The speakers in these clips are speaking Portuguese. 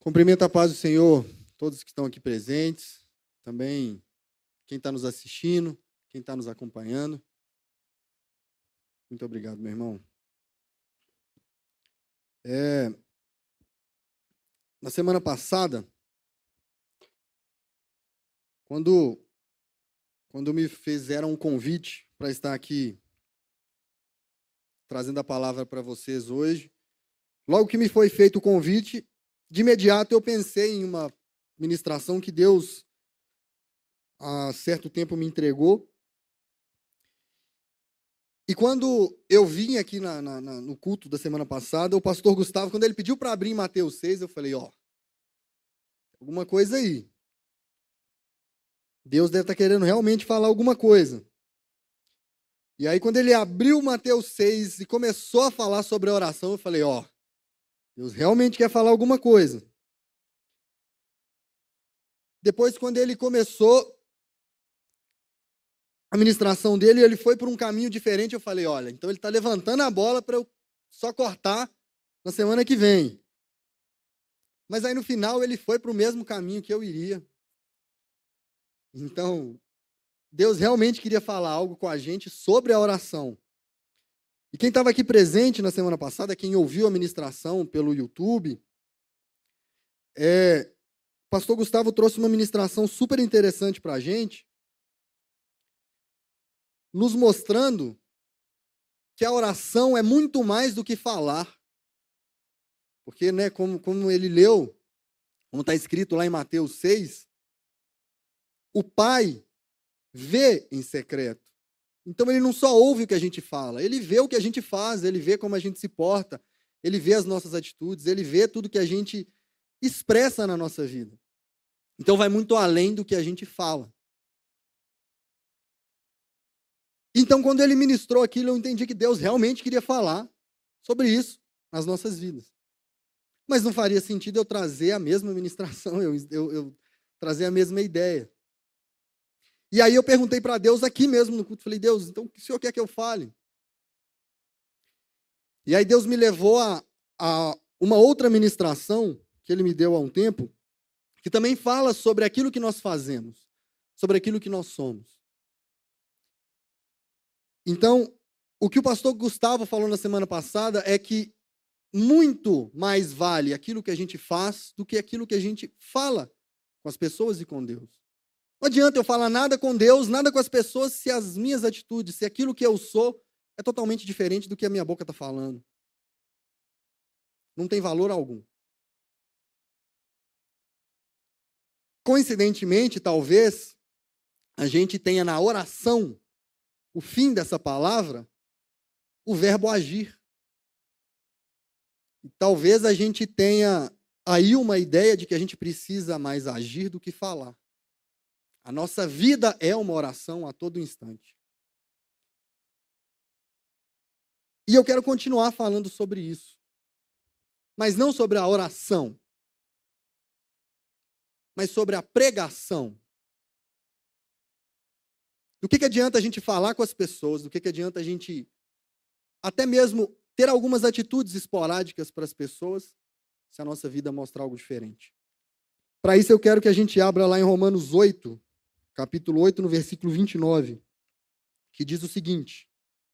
Cumprimento a paz do Senhor, todos que estão aqui presentes, também quem está nos assistindo, quem está nos acompanhando. Muito obrigado, meu irmão. Na semana passada, quando me fizeram um convite para estar aqui trazendo a palavra para vocês hoje, logo que me foi feito o convite, de imediato eu pensei em uma ministração que Deus há certo tempo me entregou. E quando eu vim aqui no culto da semana passada, o pastor Gustavo, quando ele pediu para abrir em Mateus 6, eu falei, alguma coisa aí. Deus deve estar querendo realmente falar alguma coisa. E aí, quando ele abriu Mateus 6 e começou a falar sobre a oração, eu falei, Deus realmente quer falar alguma coisa. Depois, quando ele começou a ministração dele, ele foi por um caminho diferente, eu falei, então ele está levantando a bola para eu só cortar na semana que vem. Mas aí, no final, ele foi para o mesmo caminho que eu iria. Então, Deus realmente queria falar algo com a gente sobre a oração. E quem estava aqui presente na semana passada, quem ouviu a ministração pelo YouTube, o pastor Gustavo trouxe uma ministração super interessante para a gente, nos mostrando que a oração é muito mais do que falar. Porque, como ele leu, como está escrito lá em Mateus 6, o Pai vê em secreto. Então ele não só ouve o que a gente fala, ele vê o que a gente faz, ele vê como a gente se porta, ele vê as nossas atitudes, ele vê tudo que a gente expressa na nossa vida. Então vai muito além do que a gente fala. Então, quando ele ministrou aquilo, eu entendi que Deus realmente queria falar sobre isso nas nossas vidas. Mas não faria sentido eu trazer a mesma ministração, eu trazer a mesma ideia. E aí eu perguntei para Deus aqui mesmo no culto, falei, Deus, então o que o Senhor quer que eu fale? E aí Deus me levou a uma outra ministração que Ele me deu há um tempo, que também fala sobre aquilo que nós fazemos, sobre aquilo que nós somos. Então, o que o pastor Gustavo falou na semana passada é que muito mais vale aquilo que a gente faz do que aquilo que a gente fala com as pessoas e com Deus. Não adianta eu falar nada com Deus, nada com as pessoas, se as minhas atitudes, se aquilo que eu sou é totalmente diferente do que a minha boca está falando. Não tem valor algum. Coincidentemente, talvez, a gente tenha na oração, o fim dessa palavra, o verbo agir. E talvez a gente tenha aí uma ideia de que a gente precisa mais agir do que falar. A nossa vida é uma oração a todo instante. E eu quero continuar falando sobre isso. Mas não sobre a oração, mas sobre a pregação. Do que adianta a gente falar com as pessoas, do que adianta a gente até mesmo ter algumas atitudes esporádicas para as pessoas, se a nossa vida mostrar algo diferente. Para isso eu quero que a gente abra lá em Romanos 8, capítulo 8, no versículo 29, que diz o seguinte.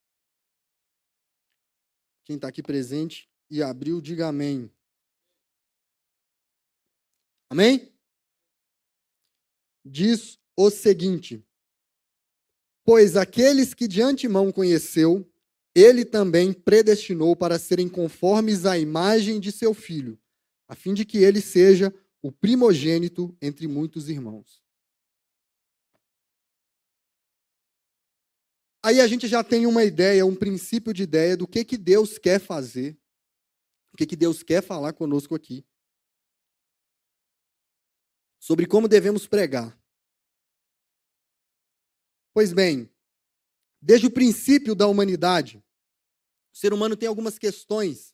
Quem está aqui presente e abriu, diga amém. Amém? Diz o seguinte: pois aqueles que de antemão conheceu, ele também predestinou para serem conformes à imagem de seu filho, a fim de que ele seja o primogênito entre muitos irmãos. Aí a gente já tem uma ideia, um princípio de ideia do que Deus quer fazer, o que Deus quer falar conosco aqui, sobre como devemos pregar. Pois bem, desde o princípio da humanidade, o ser humano tem algumas questões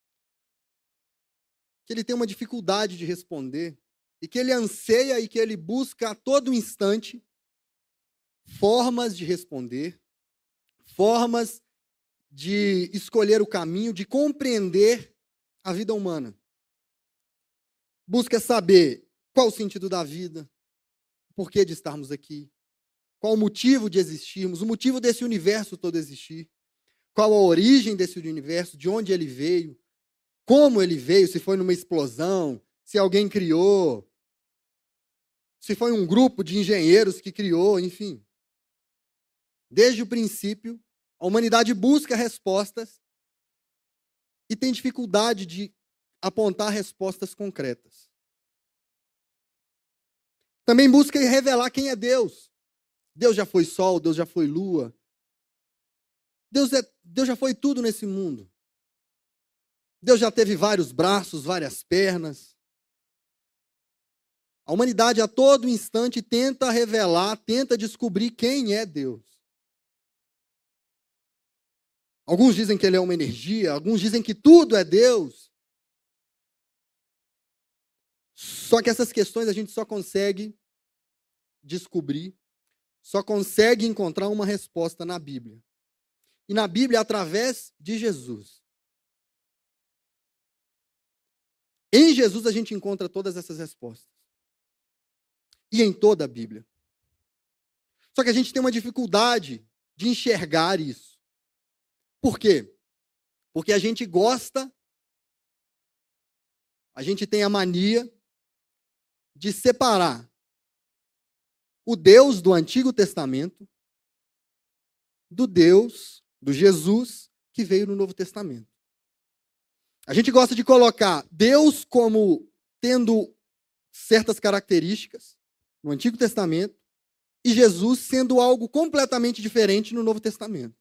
que ele tem uma dificuldade de responder e que ele anseia e que ele busca a todo instante formas de responder, formas de escolher o caminho, de compreender a vida humana. busca saber qual o sentido da vida, o porquê de estarmos aqui, qual o motivo de existirmos, o motivo desse universo todo existir, qual a origem desse universo, de onde ele veio, como ele veio, se foi numa explosão, se alguém criou, se foi um grupo de engenheiros que criou, enfim. Desde o princípio, a humanidade busca respostas e tem dificuldade de apontar respostas concretas. Também busca revelar quem é Deus. Deus já foi sol, Deus já foi lua. Deus já foi tudo nesse mundo. Deus já teve vários braços, várias pernas. A humanidade a todo instante tenta revelar, tenta descobrir quem é Deus. Alguns dizem que ele é uma energia, alguns dizem que tudo é Deus. Só que essas questões a gente só consegue descobrir, só consegue encontrar uma resposta na Bíblia. E na Bíblia, através de Jesus. Em Jesus a gente encontra todas essas respostas. E em toda a Bíblia. Só que a gente tem uma dificuldade de enxergar isso. Por quê? Porque a gente gosta, a gente tem a mania de separar o Deus do Antigo Testamento do Deus, do Jesus, que veio no Novo Testamento. A gente gosta de colocar Deus como tendo certas características no Antigo Testamento e Jesus sendo algo completamente diferente no Novo Testamento.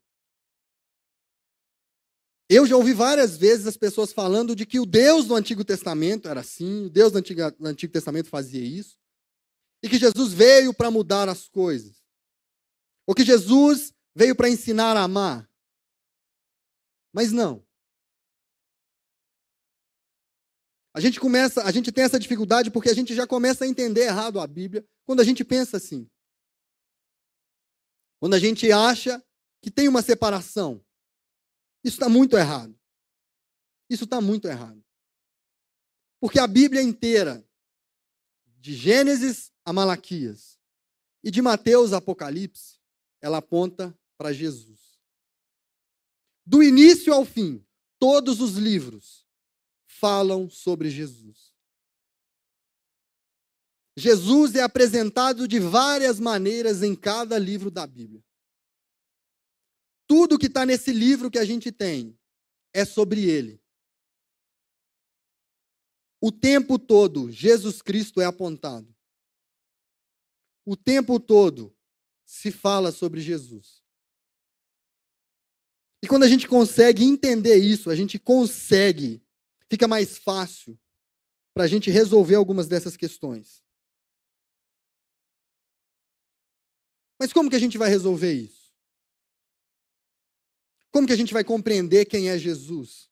Eu já ouvi várias vezes as pessoas falando de que o Deus do Antigo Testamento era assim, o Deus do Antigo Testamento fazia isso, e que Jesus veio para mudar as coisas. Ou que Jesus veio para ensinar a amar. Mas não. A gente tem essa dificuldade porque a gente já começa a entender errado a Bíblia quando a gente pensa assim. Quando a gente acha que tem uma separação. Isso está muito errado. Isso está muito errado. Porque a Bíblia inteira, de Gênesis a Malaquias e de Mateus a Apocalipse, ela aponta para Jesus. Do início ao fim, todos os livros falam sobre Jesus. Jesus é apresentado de várias maneiras em cada livro da Bíblia. Tudo que está nesse livro que a gente tem é sobre ele. O tempo todo, Jesus Cristo é apontado. O tempo todo se fala sobre Jesus. E quando a gente consegue entender isso, a gente consegue, fica mais fácil para a gente resolver algumas dessas questões. Mas como que a gente vai resolver isso? Como que a gente vai compreender quem é Jesus?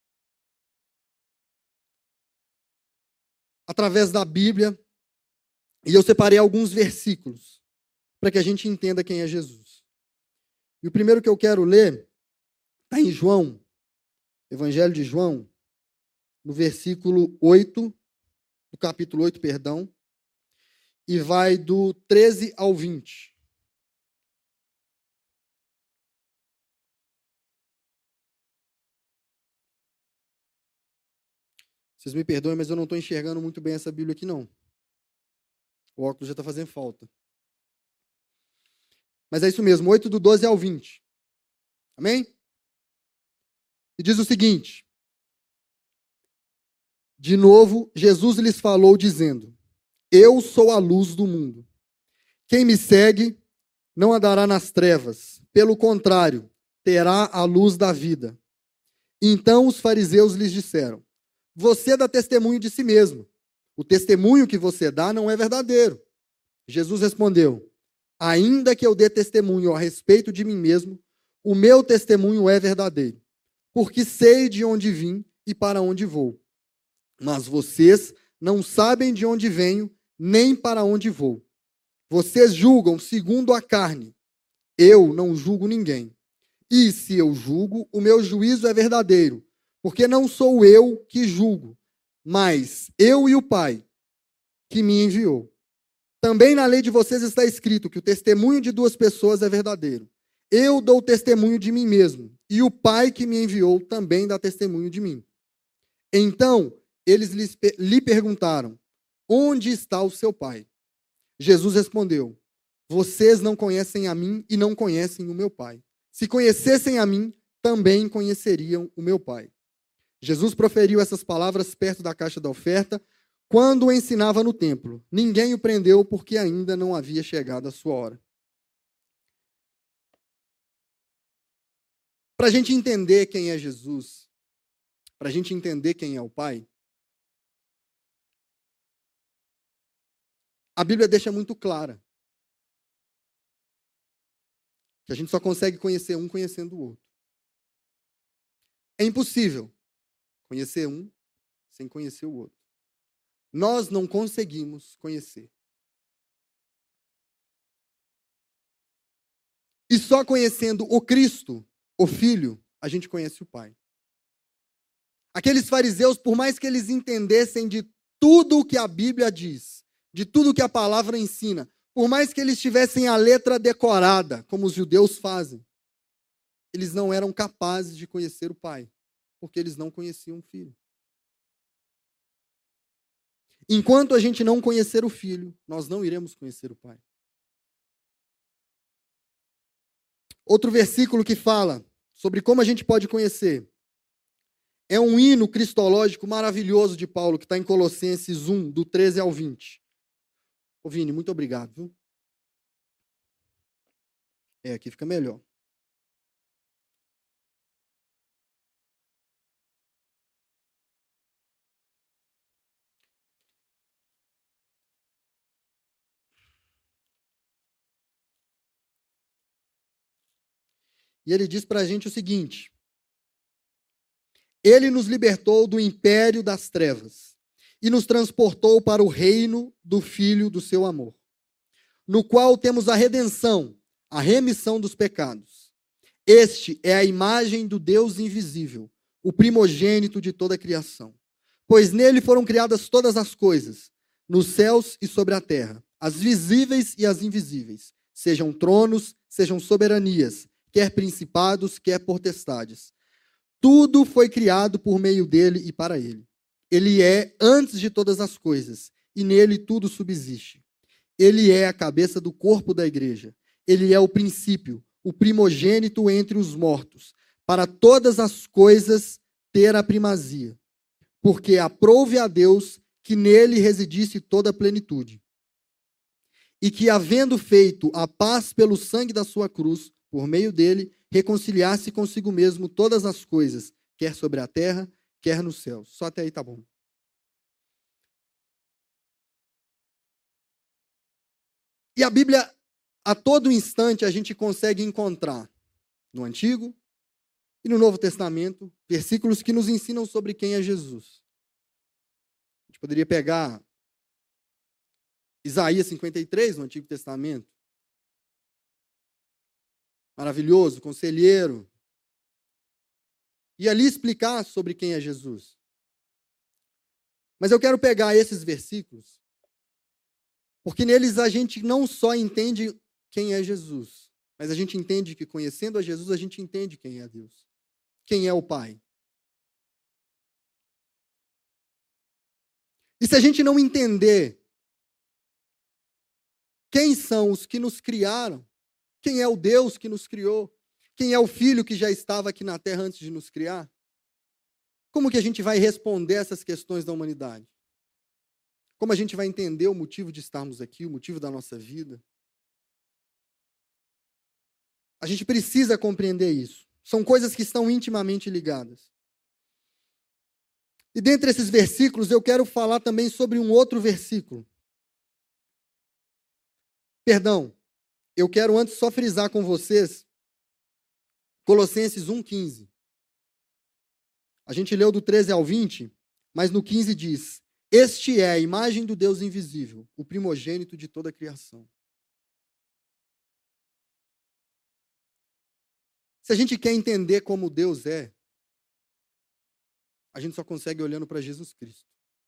Através da Bíblia, e eu separei alguns versículos para que a gente entenda quem é Jesus. E o primeiro que eu quero ler está em João, Evangelho de João, no versículo 8, do capítulo 8, perdão, e vai do 13 ao 20. Vocês me perdoem, mas eu não estou enxergando muito bem essa Bíblia aqui, não. O óculos já está fazendo falta. Mas é isso mesmo, 8 do 12 ao 20. Amém? E diz o seguinte. De novo, Jesus lhes falou dizendo: Eu sou a luz do mundo. Quem me segue não andará nas trevas. Pelo contrário, terá a luz da vida. Então os fariseus lhes disseram: Você dá testemunho de si mesmo. O testemunho que você dá não é verdadeiro. Jesus respondeu: Ainda que eu dê testemunho a respeito de mim mesmo, o meu testemunho é verdadeiro, porque sei de onde vim e para onde vou. Mas vocês não sabem de onde venho, nem para onde vou. Vocês julgam segundo a carne. Eu não julgo ninguém. E se eu julgo, o meu juízo é verdadeiro, porque não sou eu que julgo, mas eu e o Pai que me enviou. Também na lei de vocês está escrito que o testemunho de duas pessoas é verdadeiro. Eu dou testemunho de mim mesmo, e o Pai que me enviou também dá testemunho de mim. Então, eles lhe perguntaram: onde está o seu Pai? Jesus respondeu: vocês não conhecem a mim e não conhecem o meu Pai. Se conhecessem a mim, também conheceriam o meu Pai. Jesus proferiu essas palavras perto da caixa da oferta, quando o ensinava no templo. Ninguém o prendeu porque ainda não havia chegado a sua hora. Para a gente entender quem é Jesus, para a gente entender quem é o Pai, a Bíblia deixa muito clara que a gente só consegue conhecer um conhecendo o outro. É impossível conhecer um sem conhecer o outro. Nós não conseguimos conhecer. E só conhecendo o Cristo, o Filho, a gente conhece o Pai. Aqueles fariseus, por mais que eles entendessem de tudo o que a Bíblia diz, de tudo o que a palavra ensina, por mais que eles tivessem a letra decorada, como os judeus fazem, eles não eram capazes de conhecer o Pai, porque eles não conheciam o Filho. Enquanto a gente não conhecer o Filho, nós não iremos conhecer o Pai. Outro versículo que fala sobre como a gente pode conhecer é um hino cristológico maravilhoso de Paulo, que está em Colossenses 1, do 13 ao 20. Ô Vini, muito obrigado, viu? Aqui fica melhor. E ele diz para a gente o seguinte: ele nos libertou do império das trevas e nos transportou para o reino do Filho do seu amor, no qual temos a redenção, a remissão dos pecados. Este é a imagem do Deus invisível, o primogênito de toda a criação. Pois nele foram criadas todas as coisas, nos céus e sobre a terra, as visíveis e as invisíveis, sejam tronos, sejam soberanias, quer principados, quer potestades. Tudo foi criado por meio dele e para ele. Ele é antes de todas as coisas, e nele tudo subsiste. Ele é a cabeça do corpo da igreja. Ele é o princípio, o primogênito entre os mortos, para todas as coisas ter a primazia. Porque aprouve a Deus que nele residisse toda a plenitude. E que, havendo feito a paz pelo sangue da sua cruz, por meio dele, reconciliasse consigo mesmo todas as coisas, quer sobre a terra, quer nos céus. Só até aí tá bom. E a Bíblia, a todo instante, a gente consegue encontrar no Antigo e no Novo Testamento versículos que nos ensinam sobre quem é Jesus. A gente poderia pegar Isaías 53, no Antigo Testamento. Maravilhoso, conselheiro. E ali explicar sobre quem é Jesus. Mas eu quero pegar esses versículos, porque neles a gente não só entende quem é Jesus, mas a gente entende que conhecendo a Jesus, a gente entende quem é Deus. Quem é o Pai. E se a gente não entender quem são os que nos criaram, quem é o Deus que nos criou, quem é o Filho que já estava aqui na Terra antes de nos criar, como que a gente vai responder essas questões da humanidade? Como a gente vai entender o motivo de estarmos aqui, o motivo da nossa vida? A gente precisa compreender isso. São coisas que estão intimamente ligadas. E dentre esses versículos, eu quero falar também sobre um outro versículo. Perdão, eu quero antes só frisar com vocês Colossenses 1,15. A gente leu do 13 ao 20, mas no 15 diz: este é a imagem do Deus invisível, o primogênito de toda a criação. Se a gente quer entender como Deus é, a gente só consegue olhando para Jesus Cristo.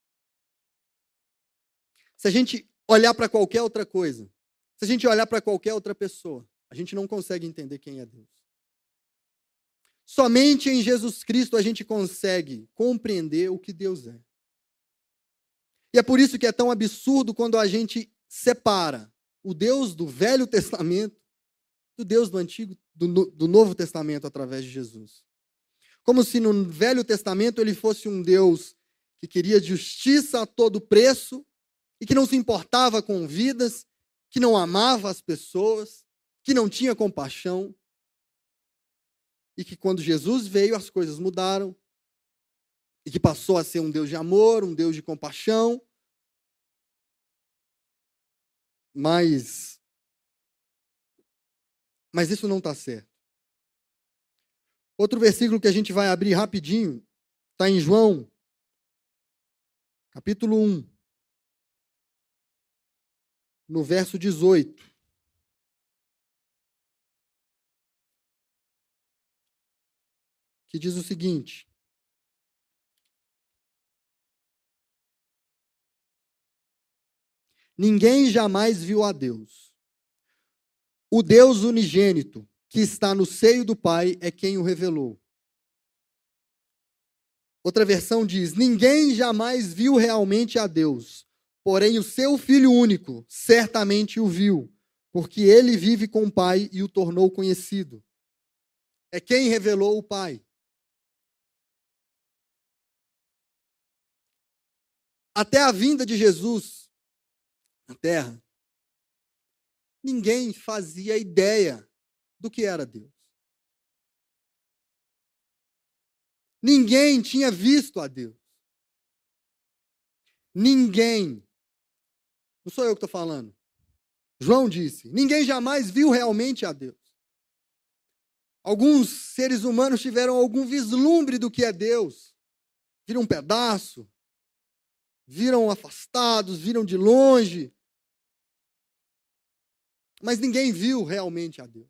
Se a gente olhar para qualquer outra coisa, se a gente olhar para qualquer outra pessoa, a gente não consegue entender quem é Deus. Somente em Jesus Cristo a gente consegue compreender o que Deus é. E é por isso que é tão absurdo quando a gente separa o Deus do Velho Testamento do Deus do Antigo, do Novo Testamento através de Jesus. Como se no Velho Testamento ele fosse um Deus que queria justiça a todo preço e que não se importava com vidas, que não amava as pessoas, que não tinha compaixão. E que quando Jesus veio, as coisas mudaram. E que passou a ser um Deus de amor, um Deus de compaixão. Mas isso não está certo. Outro versículo que a gente vai abrir rapidinho, está em João, capítulo 1, no verso 18. Que diz o seguinte: ninguém jamais viu a Deus. O Deus unigênito, que está no seio do Pai, é quem o revelou. Outra versão diz: ninguém jamais viu realmente a Deus, porém o seu Filho único certamente o viu, porque ele vive com o Pai e o tornou conhecido. É quem revelou o Pai. Até a vinda de Jesus na terra, ninguém fazia ideia do que era Deus. Ninguém tinha visto a Deus. Ninguém. Não sou eu que estou falando. João disse: ninguém jamais viu realmente a Deus. Alguns seres humanos tiveram algum vislumbre do que é Deus. Viram um pedaço. Viram afastados, viram de longe. Mas ninguém viu realmente a Deus.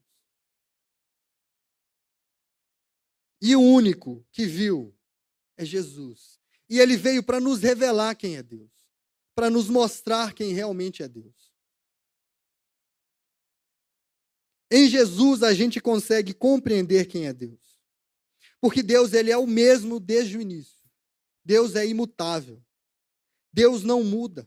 E o único que viu é Jesus. E ele veio para nos revelar quem é Deus. Para nos mostrar quem realmente é Deus. Em Jesus a gente consegue compreender quem é Deus. Porque Deus, ele é o mesmo desde o início. Deus é imutável. Deus não muda.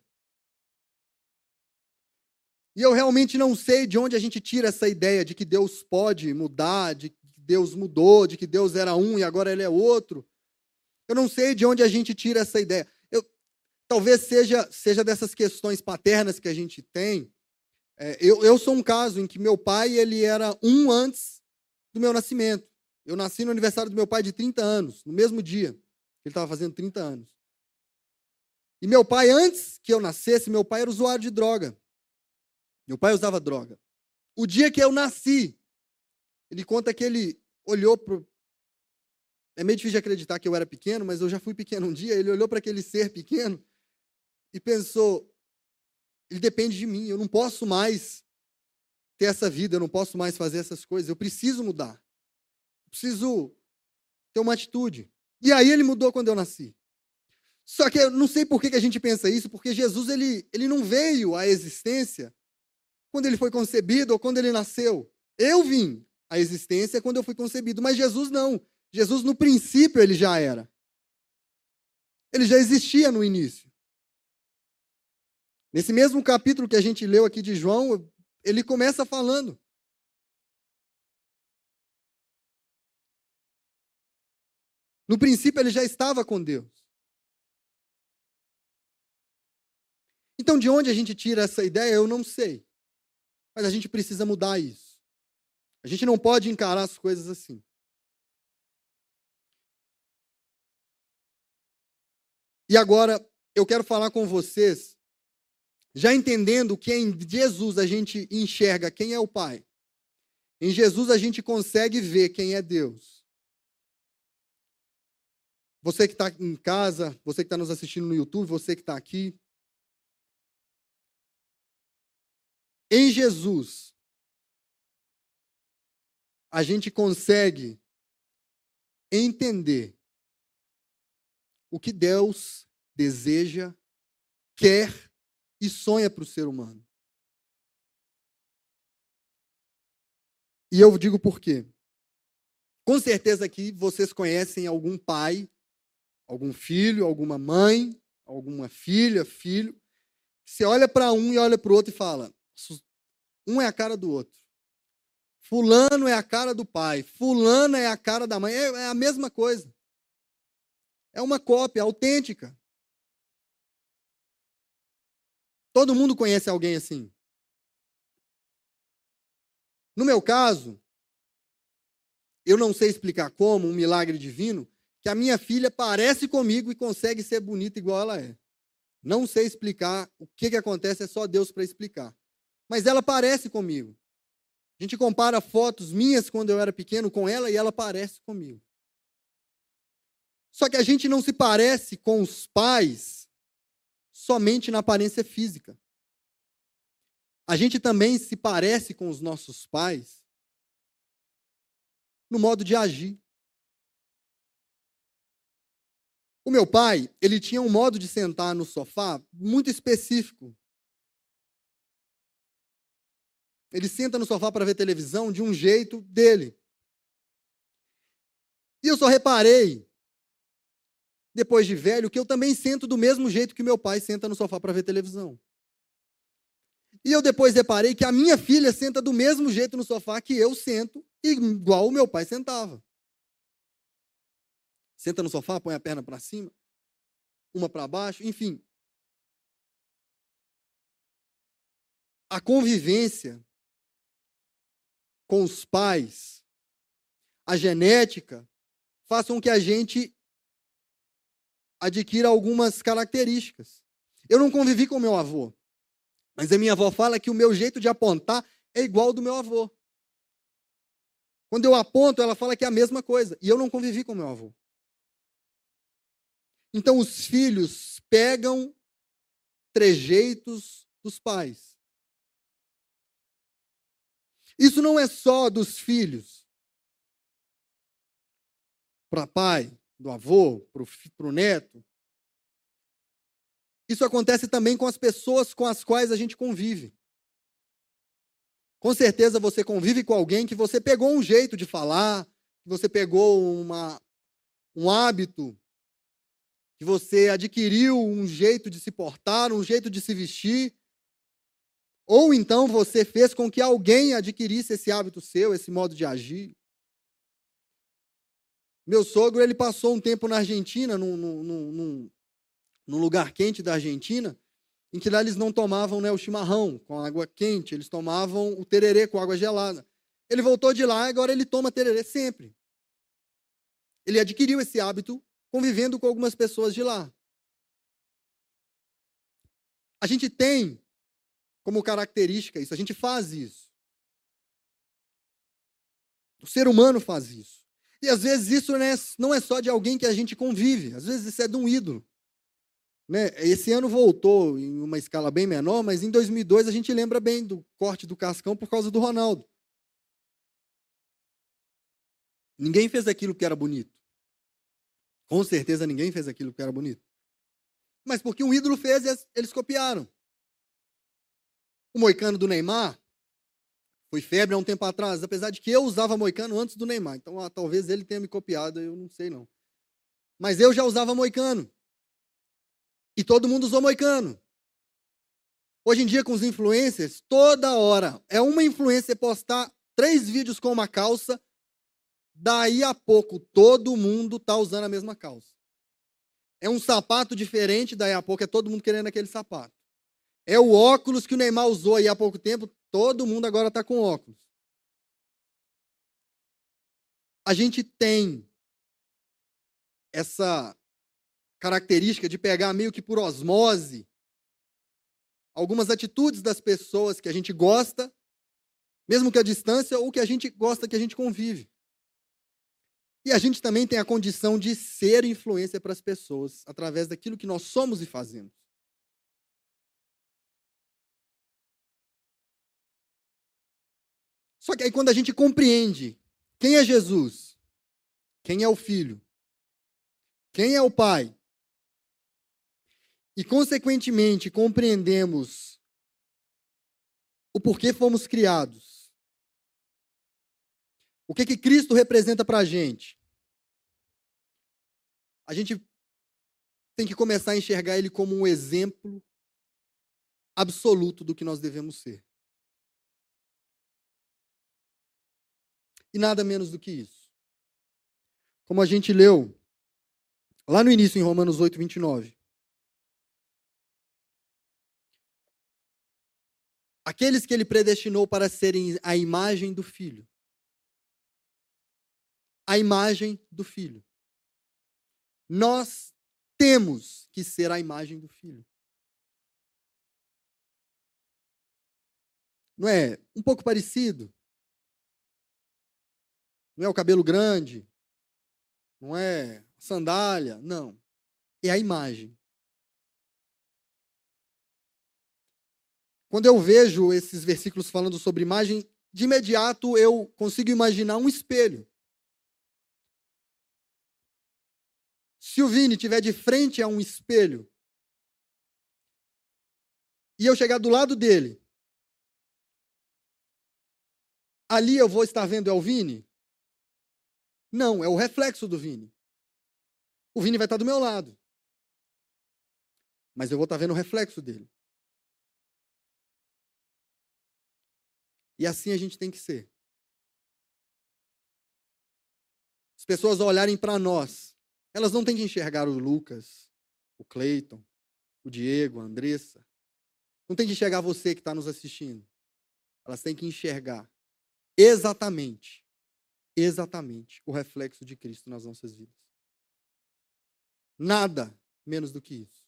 E eu realmente não sei de onde a gente tira essa ideia de que Deus pode mudar, de que Deus mudou, de que Deus era um e agora ele é outro. Eu não sei de onde a gente tira essa ideia. Talvez seja dessas questões paternas que a gente tem. Eu sou um caso em que meu pai ele era um antes do meu nascimento. Eu nasci no aniversário do meu pai de 30 anos, no mesmo dia. Ele estava fazendo 30 anos. E meu pai, antes que eu nascesse, meu pai era usuário de droga. Meu pai usava droga. O dia que eu nasci, ele conta que ele olhou para... É meio difícil de acreditar que eu era pequeno, mas eu já fui pequeno um dia. Ele olhou para aquele ser pequeno e pensou: ele depende de mim, eu não posso mais ter essa vida, eu não posso mais fazer essas coisas, eu preciso mudar. Eu preciso ter uma atitude. E aí ele mudou quando eu nasci. Só que eu não sei por que a gente pensa isso, porque Jesus ele não veio à existência quando ele foi concebido ou quando ele nasceu. Eu vim à existência quando eu fui concebido, mas Jesus não. Jesus, no princípio, ele já era. Ele já existia no início. Nesse mesmo capítulo que a gente leu aqui de João, ele começa falando. No princípio, ele já estava com Deus. Então, de onde a gente tira essa ideia, eu não sei. Mas a gente precisa mudar isso. A gente não pode encarar as coisas assim. E agora, eu quero falar com vocês, já entendendo que em Jesus a gente enxerga quem é o Pai. Em Jesus a gente consegue ver quem é Deus. Você que está em casa, você que está nos assistindo no YouTube, você que está aqui. Em Jesus, a gente consegue entender o que Deus deseja, quer e sonha para o ser humano. E eu digo por quê. Com certeza aqui vocês conhecem algum pai, algum filho, alguma mãe, alguma filha, filho. Você olha para um e olha para o outro e fala, um é a cara do outro. Fulano é a cara do pai, fulana é a cara da mãe. É a mesma coisa. É uma cópia autêntica. Todo mundo conhece alguém assim. No meu caso, eu não sei explicar como, um milagre divino, que a minha filha parece comigo e consegue ser bonita igual ela é. Não sei explicar o que acontece, é só Deus para explicar. Mas ela parece comigo. A gente compara fotos minhas quando eu era pequeno com ela e ela parece comigo. Só que a gente não se parece com os pais somente na aparência física. A gente também se parece com os nossos pais no modo de agir. O meu pai, ele tinha um modo de sentar no sofá muito específico. Ele senta no sofá para ver televisão de um jeito dele. E eu só reparei, depois de velho, que eu também sento do mesmo jeito que meu pai senta no sofá para ver televisão. E eu depois reparei que a minha filha senta do mesmo jeito no sofá que eu sento, igual o meu pai sentava. Senta no sofá, põe a perna para cima, uma para baixo, enfim. A convivência com os pais, a genética, façam que a gente adquira algumas características. Eu não convivi com meu avô, mas a minha avó fala que o meu jeito de apontar é igual ao do meu avô. Quando eu aponto, ela fala que é a mesma coisa, e eu não convivi com meu avô. Então os filhos pegam trejeitos dos pais. Isso não é só dos filhos para pai, do avô, para o neto. Isso acontece também com as pessoas com as quais a gente convive. Com certeza você convive com alguém que você pegou um jeito de falar, que você pegou um hábito, que você adquiriu um jeito de se portar, um jeito de se vestir. Ou então você fez com que alguém adquirisse esse hábito seu, esse modo de agir. Meu sogro, ele passou um tempo na Argentina, num lugar quente da Argentina, em que lá eles não tomavam, né, o chimarrão com água quente, eles tomavam o tererê com água gelada. Ele voltou de lá e agora ele toma tererê sempre. Ele adquiriu esse hábito convivendo com algumas pessoas de lá. A gente tem como característica isso, a gente faz isso. O ser humano faz isso. E às vezes isso não é só de alguém que a gente convive, às vezes isso é de um ídolo. Né? Esse ano voltou em uma escala bem menor, mas em 2002 a gente lembra bem do corte do Cascão por causa do Ronaldo. Ninguém fez aquilo que era bonito. Com certeza ninguém fez aquilo que era bonito. Mas porque um ídolo fez, eles copiaram. O moicano do Neymar foi febre há um tempo atrás, apesar de que eu usava moicano antes do Neymar. Então, talvez ele tenha me copiado, eu não sei não. Mas eu já usava moicano. E todo mundo usou moicano. Hoje em dia, com os influencers, toda hora, é uma influencer postar 3 vídeos com uma calça, daí a pouco todo mundo está usando a mesma calça. É um sapato diferente, daí a pouco é todo mundo querendo aquele sapato. É o óculos que o Neymar usou aí há pouco tempo, todo mundo agora está com óculos. A gente tem essa característica de pegar meio que por osmose algumas atitudes das pessoas que a gente gosta, mesmo que à distância, ou que a gente gosta que a gente convive. E a gente também tem a condição de ser influência para as pessoas, através daquilo que nós somos e fazemos. Só que aí quando a gente compreende quem é Jesus, quem é o Filho, quem é o Pai, e, consequentemente, compreendemos o porquê fomos criados, o que Cristo representa para a gente tem que começar a enxergar ele como um exemplo absoluto do que nós devemos ser. E nada menos do que isso. Como a gente leu lá no início, em Romanos 8, 29. Aqueles que ele predestinou para serem a imagem do Filho. A imagem do Filho. Nós temos que ser a imagem do Filho. Não é um pouco parecido? Não é o cabelo grande? Não é sandália? Não. É a imagem. Quando eu vejo esses versículos falando sobre imagem, de imediato eu consigo imaginar um espelho. Se o Vini estiver de frente a um espelho e eu chegar do lado dele, ali eu vou estar vendo o Vini? Não, é o reflexo do Vini. O Vini vai estar do meu lado. Mas eu vou estar vendo o reflexo dele. E assim a gente tem que ser. As pessoas olharem para nós, elas não têm que enxergar o Lucas, o Cleiton, o Diego, a Andressa. Não tem que enxergar você que está nos assistindo. Elas têm que enxergar exatamente o reflexo de Cristo nas nossas vidas. Nada menos do que isso.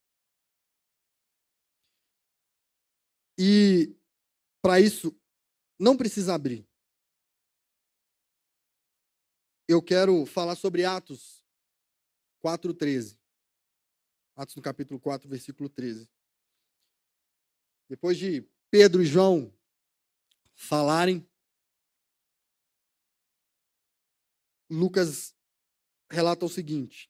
E para isso, não precisa abrir. Eu quero falar sobre Atos 4:13. Atos no capítulo 4, versículo 13. Depois de Pedro e João falarem, Lucas relata o seguinte: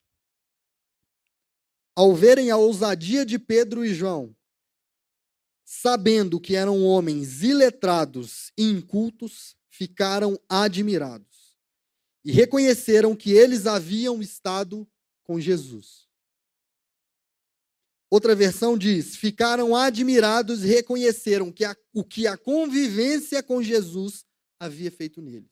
ao verem a ousadia de Pedro e João, sabendo que eram homens iletrados e incultos, ficaram admirados e reconheceram que eles haviam estado com Jesus. Outra versão diz: ficaram admirados e reconheceram o que a convivência com Jesus havia feito neles.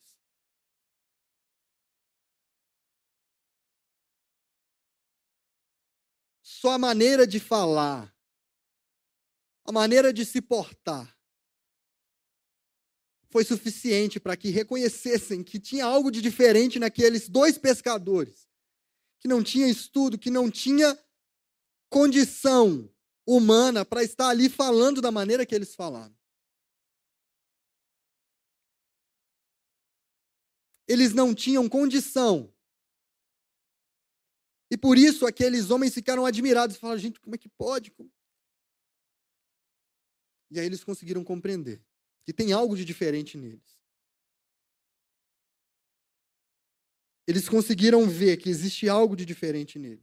Só a maneira de falar, a maneira de se portar, foi suficiente para que reconhecessem que tinha algo de diferente naqueles dois pescadores, que não tinha estudo, que não tinha condição humana para estar ali falando da maneira que eles falaram. Eles não tinham condição. E por isso aqueles homens ficaram admirados e falaram: gente, como é que pode? E aí eles conseguiram compreender que tem algo de diferente neles. Eles conseguiram ver que existe algo de diferente neles.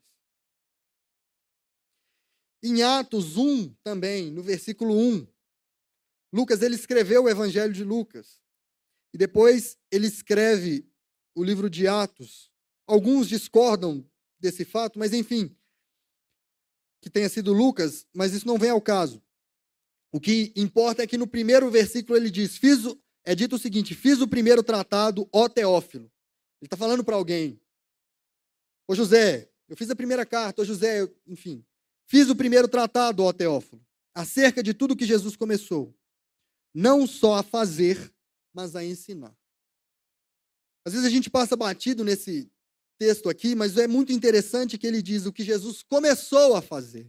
Em Atos 1 também, no versículo 1, Lucas ele escreveu o Evangelho de Lucas. E depois ele escreve o livro de Atos. Alguns discordam desse fato, mas enfim, que tenha sido Lucas, mas isso não vem ao caso. O que importa é que no primeiro versículo ele diz, é dito o seguinte: fiz o primeiro tratado, ó Teófilo. Ele está falando para alguém. Ô José, eu fiz a primeira carta, ô José, enfim. Fiz o primeiro tratado, ó Teófilo, acerca de tudo que Jesus começou. Não só a fazer, mas a ensinar. Às vezes a gente passa batido nesse texto aqui, mas é muito interessante que ele diz o que Jesus começou a fazer.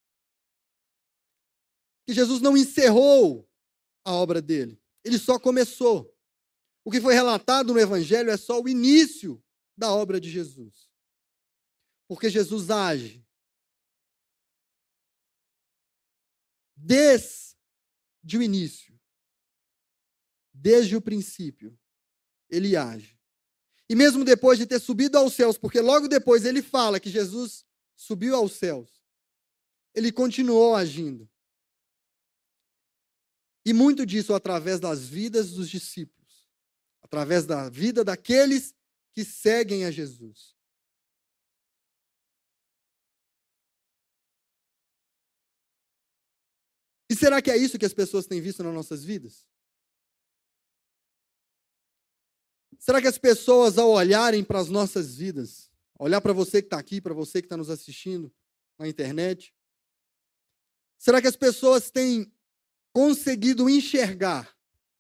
Que Jesus não encerrou a obra dele. Ele só começou. O que foi relatado no Evangelho é só o início da obra de Jesus. Porque Jesus age desde o início. Desde o princípio. Ele age. E mesmo depois de ter subido aos céus, porque logo depois ele fala que Jesus subiu aos céus, ele continuou agindo. E muito disso através das vidas dos discípulos, através da vida daqueles que seguem a Jesus. E será que é isso que as pessoas têm visto nas nossas vidas? Será que as pessoas, ao olharem para as nossas vidas, olhar para você que está aqui, para você que está nos assistindo na internet, será que as pessoas têm conseguido enxergar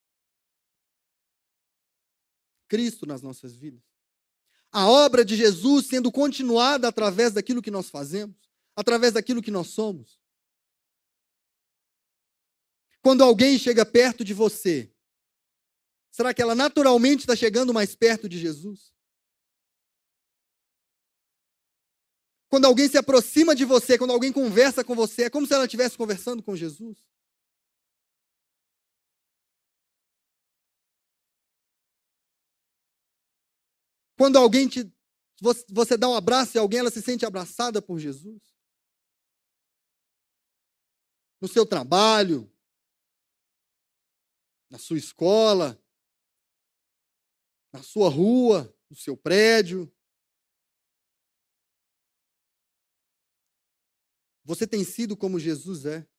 Cristo nas nossas vidas? A obra de Jesus sendo continuada através daquilo que nós fazemos, através daquilo que nós somos. Quando alguém chega perto de você, será que ela naturalmente está chegando mais perto de Jesus? Quando alguém se aproxima de você, quando alguém conversa com você, é como se ela estivesse conversando com Jesus? Quando você dá um abraço e alguém, ela se sente abraçada por Jesus? No seu trabalho, na sua escola, na sua rua, no seu prédio. Você tem sido como Jesus é?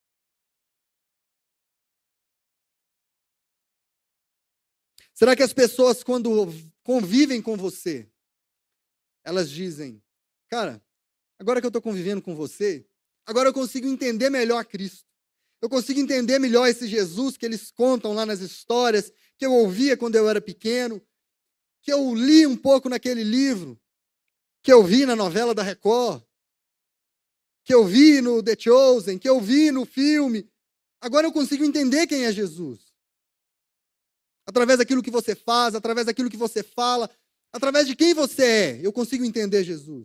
Será que as pessoas, quando convivem com você, elas dizem, cara, agora que eu estou convivendo com você, agora eu consigo entender melhor a Cristo. Eu consigo entender melhor esse Jesus que eles contam lá nas histórias, que eu ouvia quando eu era pequeno, que eu li um pouco naquele livro, que eu vi na novela da Record, que eu vi no The Chosen, que eu vi no filme. Agora eu consigo entender quem é Jesus. Através daquilo que você faz, através daquilo que você fala, através de quem você é, eu consigo entender Jesus.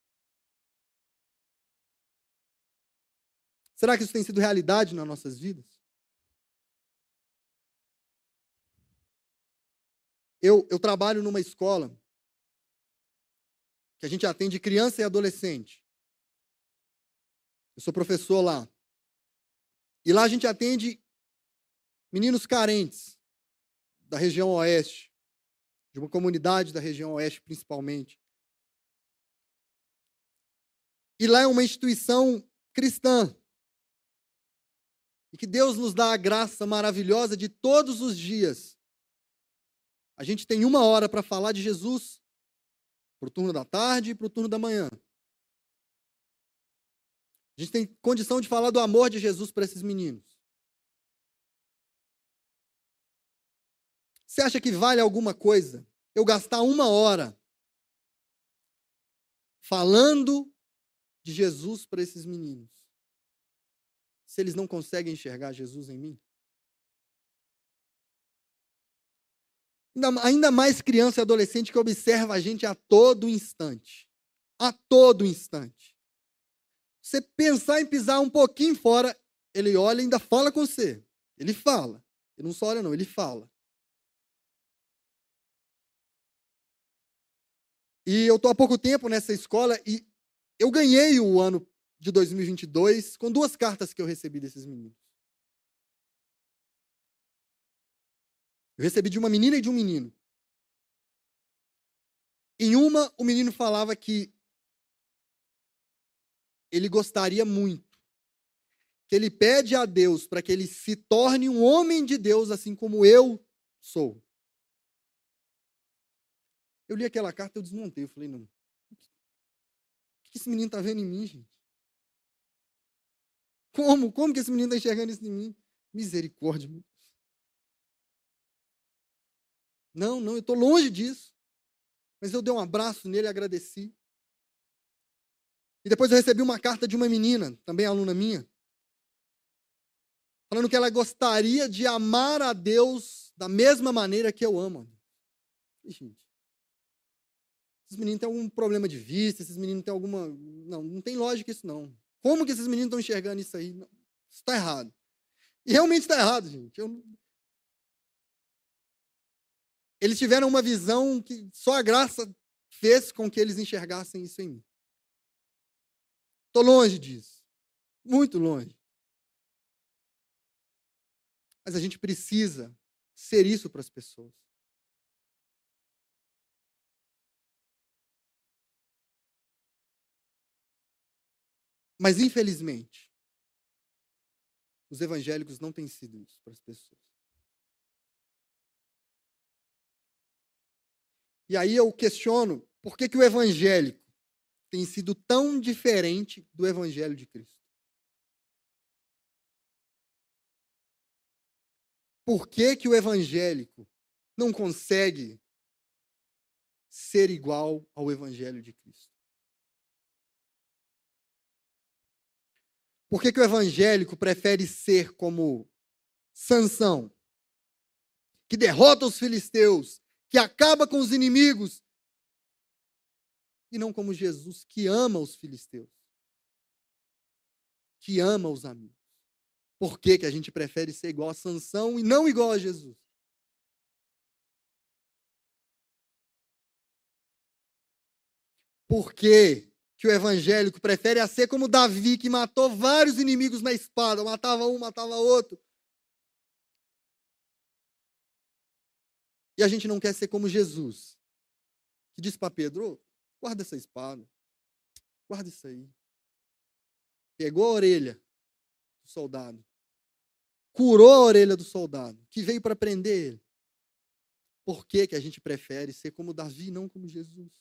Será que isso tem sido realidade nas nossas vidas? Eu trabalho numa escola que a gente atende criança e adolescente. Eu sou professor lá. E lá a gente atende meninos carentes da região oeste, de uma comunidade da região oeste principalmente. E lá é uma instituição cristã. E que Deus nos dá a graça maravilhosa de todos os dias. A gente tem 1 hora para falar de Jesus, para o turno da tarde e para o turno da manhã. A gente tem condição de falar do amor de Jesus para esses meninos. Você acha que vale alguma coisa eu gastar 1 hora falando de Jesus para esses meninos, se eles não conseguem enxergar Jesus em mim? Ainda mais criança e adolescente que observa a gente a todo instante. A todo instante. Você pensar em pisar um pouquinho fora, ele olha e ainda fala com você. Ele fala. Ele não só olha, não, ele fala. E eu estou há pouco tempo nessa escola e eu ganhei o ano de 2022 com 2 cartas que eu recebi desses meninos. Eu recebi de uma menina e de um menino. Em uma, o menino falava que ele gostaria muito, que ele pede a Deus para que ele se torne um homem de Deus, assim como eu sou. Eu li aquela carta, eu desmontei, eu falei, não, o que esse menino está vendo em mim, gente? Como que esse menino está enxergando isso em mim? Misericórdia. Não, eu estou longe disso. Mas eu dei um abraço nele e agradeci. E depois eu recebi uma carta de uma menina, também aluna minha, falando que ela gostaria de amar a Deus da mesma maneira que eu amo. E, gente, esses meninos têm algum problema de vista, esses meninos têm alguma... Não tem lógica isso, não. Como que esses meninos estão enxergando isso aí? Não, isso está errado. E realmente está errado, gente. Eles tiveram uma visão que só a graça fez com que eles enxergassem isso em mim. Estou longe disso. Muito longe. Mas a gente precisa ser isso para as pessoas. Mas, infelizmente, os evangélicos não têm sido isso para as pessoas. E aí eu questiono, por que o evangélico tem sido tão diferente do evangelho de Cristo? Por que o evangélico não consegue ser igual ao evangelho de Cristo? Por que o evangélico prefere ser como Sansão, que derrota os filisteus, que acaba com os inimigos, e não como Jesus, que ama os filisteus, que ama os amigos? Por que a gente prefere ser igual a Sansão e não igual a Jesus? Por que o evangélico prefere ser como Davi, que matou vários inimigos na espada, matava um, matava outro? E a gente não quer ser como Jesus, que disse para Pedro: "Ô, guarda essa espada, guarda isso aí." Pegou a orelha do soldado, curou a orelha do soldado, que veio para prender ele. Por que a gente prefere ser como Davi e não como Jesus?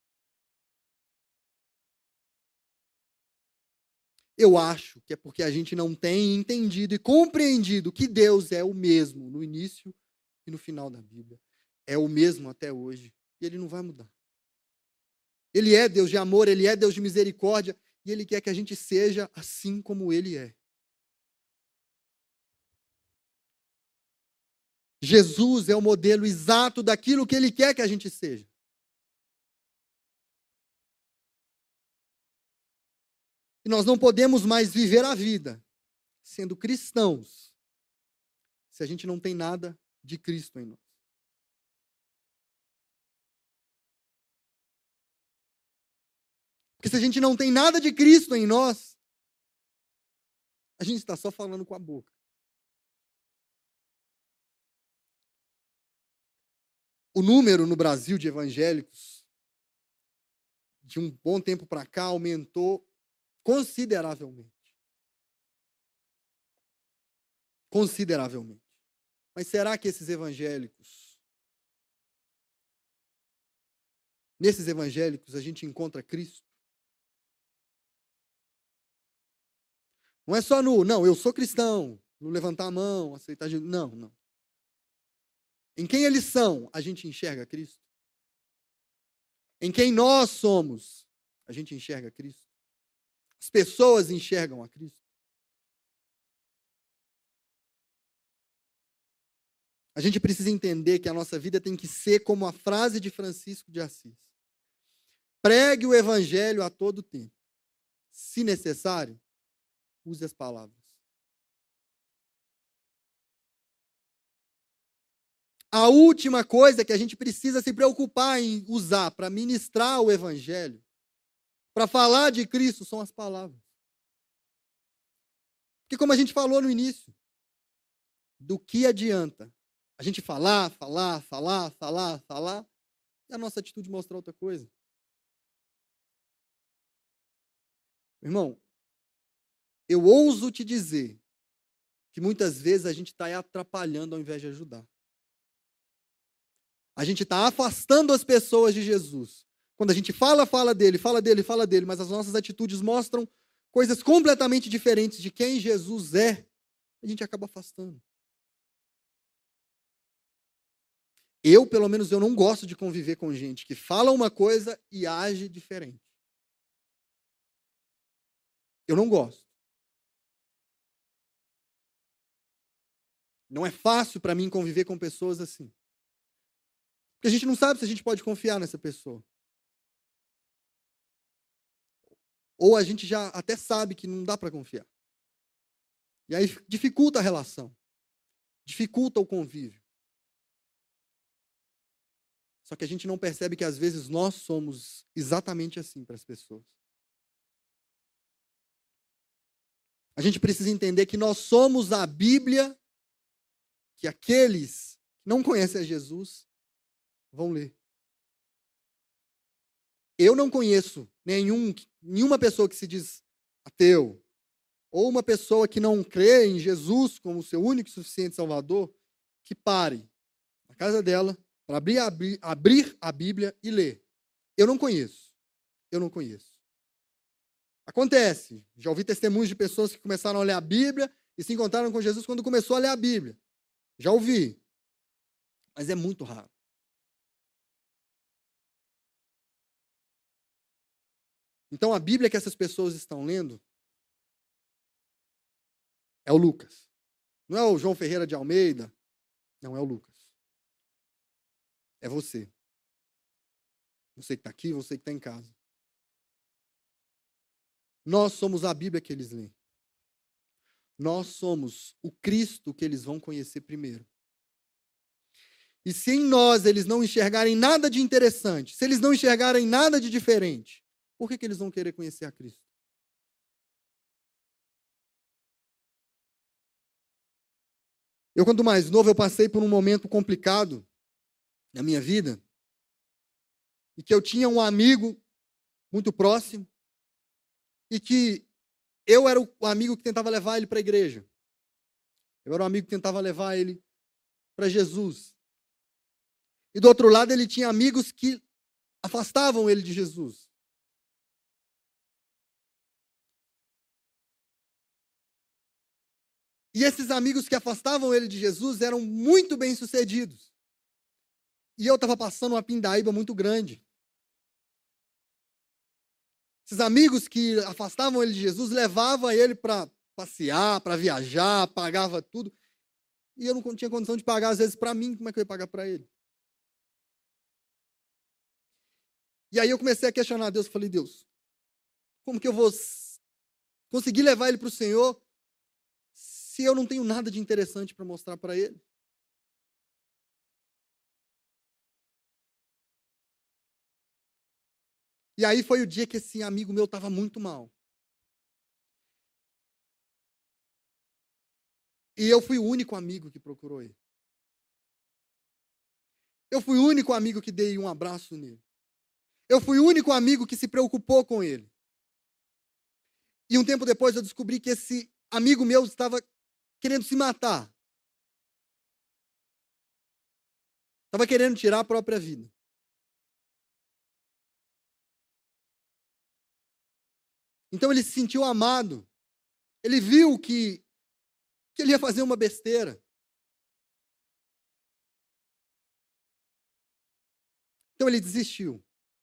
Eu acho que é porque a gente não tem entendido e compreendido que Deus é o mesmo no início e no final da Bíblia. É o mesmo até hoje. E ele não vai mudar. Ele é Deus de amor, ele é Deus de misericórdia, e ele quer que a gente seja assim como ele é. Jesus é o modelo exato daquilo que ele quer que a gente seja. E nós não podemos mais viver a vida sendo cristãos se a gente não tem nada de Cristo em nós. Porque se a gente não tem nada de Cristo em nós, a gente está só falando com a boca. O número no Brasil de evangélicos, de um bom tempo para cá, aumentou consideravelmente. Consideravelmente. Mas será que nesses evangélicos, a gente encontra Cristo? Não é só não, eu sou cristão, no levantar a mão, aceitar Jesus. Não, não. Em quem eles são, a gente enxerga Cristo. Em quem nós somos, a gente enxerga Cristo. As pessoas enxergam a Cristo. A gente precisa entender que a nossa vida tem que ser como a frase de Francisco de Assis: pregue o evangelho a todo tempo. Se necessário, use as palavras. A última coisa que a gente precisa se preocupar em usar para ministrar o evangelho, para falar de Cristo, são as palavras. Porque, como a gente falou no início, do que adianta a gente falar, e a nossa atitude mostrar outra coisa? Irmão, eu ouso te dizer que muitas vezes a gente está atrapalhando ao invés de ajudar. A gente está afastando as pessoas de Jesus. Quando a gente fala dele, mas as nossas atitudes mostram coisas completamente diferentes de quem Jesus é, a gente acaba afastando. Eu, pelo menos, eu não gosto de conviver com gente que fala uma coisa e age diferente. Eu não gosto. Não é fácil para mim conviver com pessoas assim. Porque a gente não sabe se a gente pode confiar nessa pessoa. Ou a gente já até sabe que não dá para confiar. E aí dificulta a relação. Dificulta o convívio. Só que a gente não percebe que às vezes nós somos exatamente assim para as pessoas. A gente precisa entender que nós somos a Bíblia que aqueles que não conhecem a Jesus vão ler. Eu não conheço nenhuma pessoa que se diz ateu, ou uma pessoa que não crê em Jesus como seu único e suficiente Salvador, que pare na casa dela para abrir a Bíblia e ler. Eu não conheço. Eu não conheço. Acontece. Já ouvi testemunhos de pessoas que começaram a ler a Bíblia e se encontraram com Jesus quando começou a ler a Bíblia. Já ouvi. Mas é muito raro. Então a Bíblia que essas pessoas estão lendo é o Lucas. Não é o João Ferreira de Almeida. Não, é o Lucas. É você. Você que está aqui, você que está em casa. Nós somos a Bíblia que eles leem. Nós somos o Cristo que eles vão conhecer primeiro. E se em nós eles não enxergarem nada de interessante, se eles não enxergarem nada de diferente, por que eles vão querer conhecer a Cristo? Eu, quando mais novo, eu passei por um momento complicado na minha vida, e que eu tinha um amigo muito próximo, e que eu era o amigo que tentava levar ele para a igreja. Eu era o amigo que tentava levar ele para Jesus. E do outro lado, ele tinha amigos que afastavam ele de Jesus. E esses amigos que afastavam ele de Jesus eram muito bem-sucedidos. E eu estava passando uma pindaíba muito grande. Esses amigos que afastavam ele de Jesus levavam ele para passear, para viajar, pagava tudo. E eu não tinha condição de pagar, às vezes, para mim. Como é que eu ia pagar para ele? E aí eu comecei a questionar Deus. Falei, Deus, como que eu vou conseguir levar ele para o Senhor se eu não tenho nada de interessante para mostrar para ele? E aí foi o dia que esse amigo meu estava muito mal. E eu fui o único amigo que procurou ele. Eu fui o único amigo que dei um abraço nele. Eu fui o único amigo que se preocupou com ele. E um tempo depois eu descobri que esse amigo meu estava querendo se matar. Estava querendo tirar a própria vida. Então ele se sentiu amado. Ele viu que ele ia fazer uma besteira. Então ele desistiu.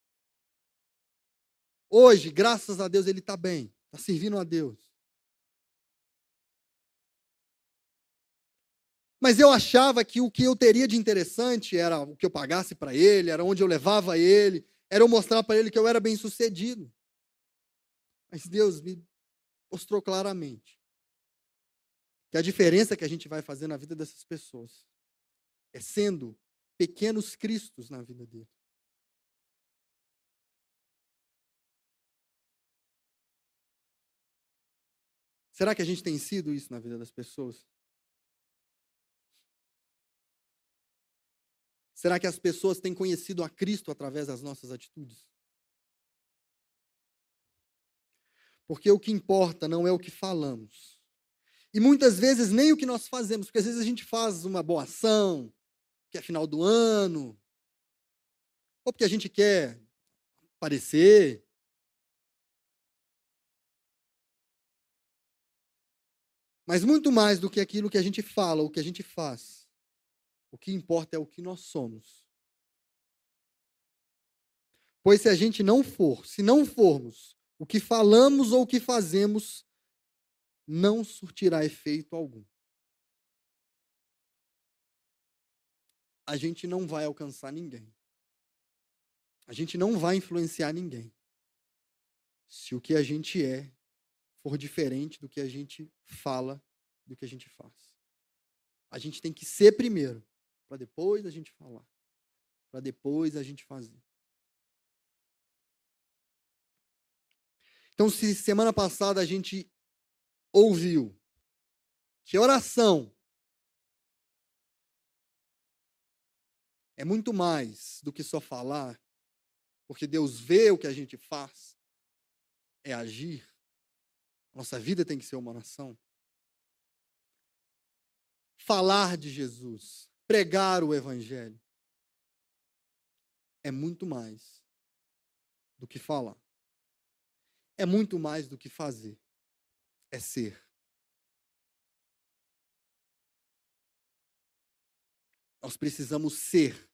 Hoje, graças a Deus, ele está bem. Está servindo a Deus. Mas eu achava que o que eu teria de interessante era o que eu pagasse para ele, era onde eu levava ele, era eu mostrar para ele que eu era bem-sucedido. Mas Deus me mostrou claramente que a diferença que a gente vai fazer na vida dessas pessoas é sendo pequenos cristos na vida deles. Será que a gente tem sido isso na vida das pessoas? Será que as pessoas têm conhecido a Cristo através das nossas atitudes? Porque o que importa não é o que falamos. E muitas vezes nem o que nós fazemos, porque às vezes a gente faz uma boa ação, que é final do ano, ou porque a gente quer aparecer. Mas muito mais do que aquilo que a gente fala, o que a gente faz. O que importa é o que nós somos. Pois se não formos o que falamos ou o que fazemos, não surtirá efeito algum. A gente não vai alcançar ninguém. A gente não vai influenciar ninguém. Se o que a gente é for diferente do que a gente fala, do que a gente faz. A gente tem que ser primeiro, para depois a gente falar, para depois a gente fazer. Então, se semana passada a gente ouviu que oração é muito mais do que só falar, porque Deus vê o que a gente faz, é agir. Nossa vida tem que ser uma oração. Falar de Jesus, pregar o Evangelho, é muito mais do que falar. É muito mais do que fazer. É ser. Nós precisamos ser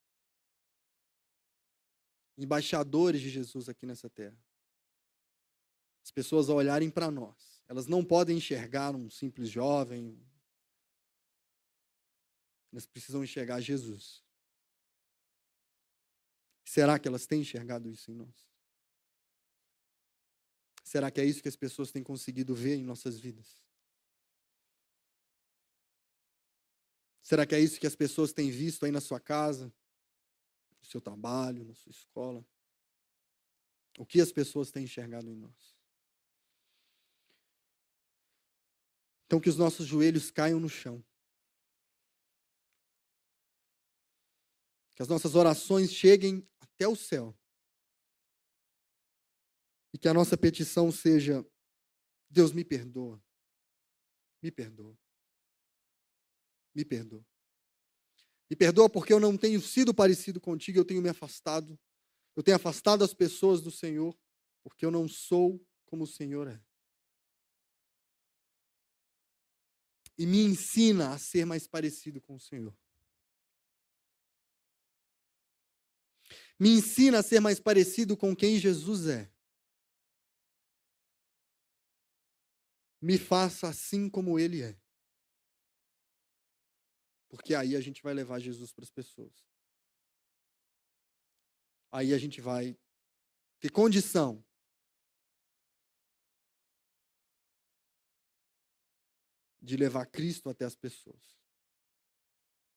embaixadores de Jesus aqui nessa terra. As pessoas ao olharem para nós, elas não podem enxergar um simples jovem. Elas precisam enxergar Jesus. Será que elas têm enxergado isso em nós? Será que é isso que as pessoas têm conseguido ver em nossas vidas? Será que é isso que as pessoas têm visto aí na sua casa, no seu trabalho, na sua escola? O que as pessoas têm enxergado em nós? Então, que os nossos joelhos caiam no chão. Que as nossas orações cheguem até o céu. E que a nossa petição seja: Deus, me perdoa. Me perdoa. Me perdoa. Me perdoa porque eu não tenho sido parecido contigo, eu tenho me afastado. Eu tenho afastado as pessoas do Senhor, porque eu não sou como o Senhor é. E me ensina a ser mais parecido com o Senhor. Me ensina a ser mais parecido com quem Jesus é. Me faça assim como Ele é. Porque aí a gente vai levar Jesus para as pessoas. Aí a gente vai ter condição de levar Cristo até as pessoas.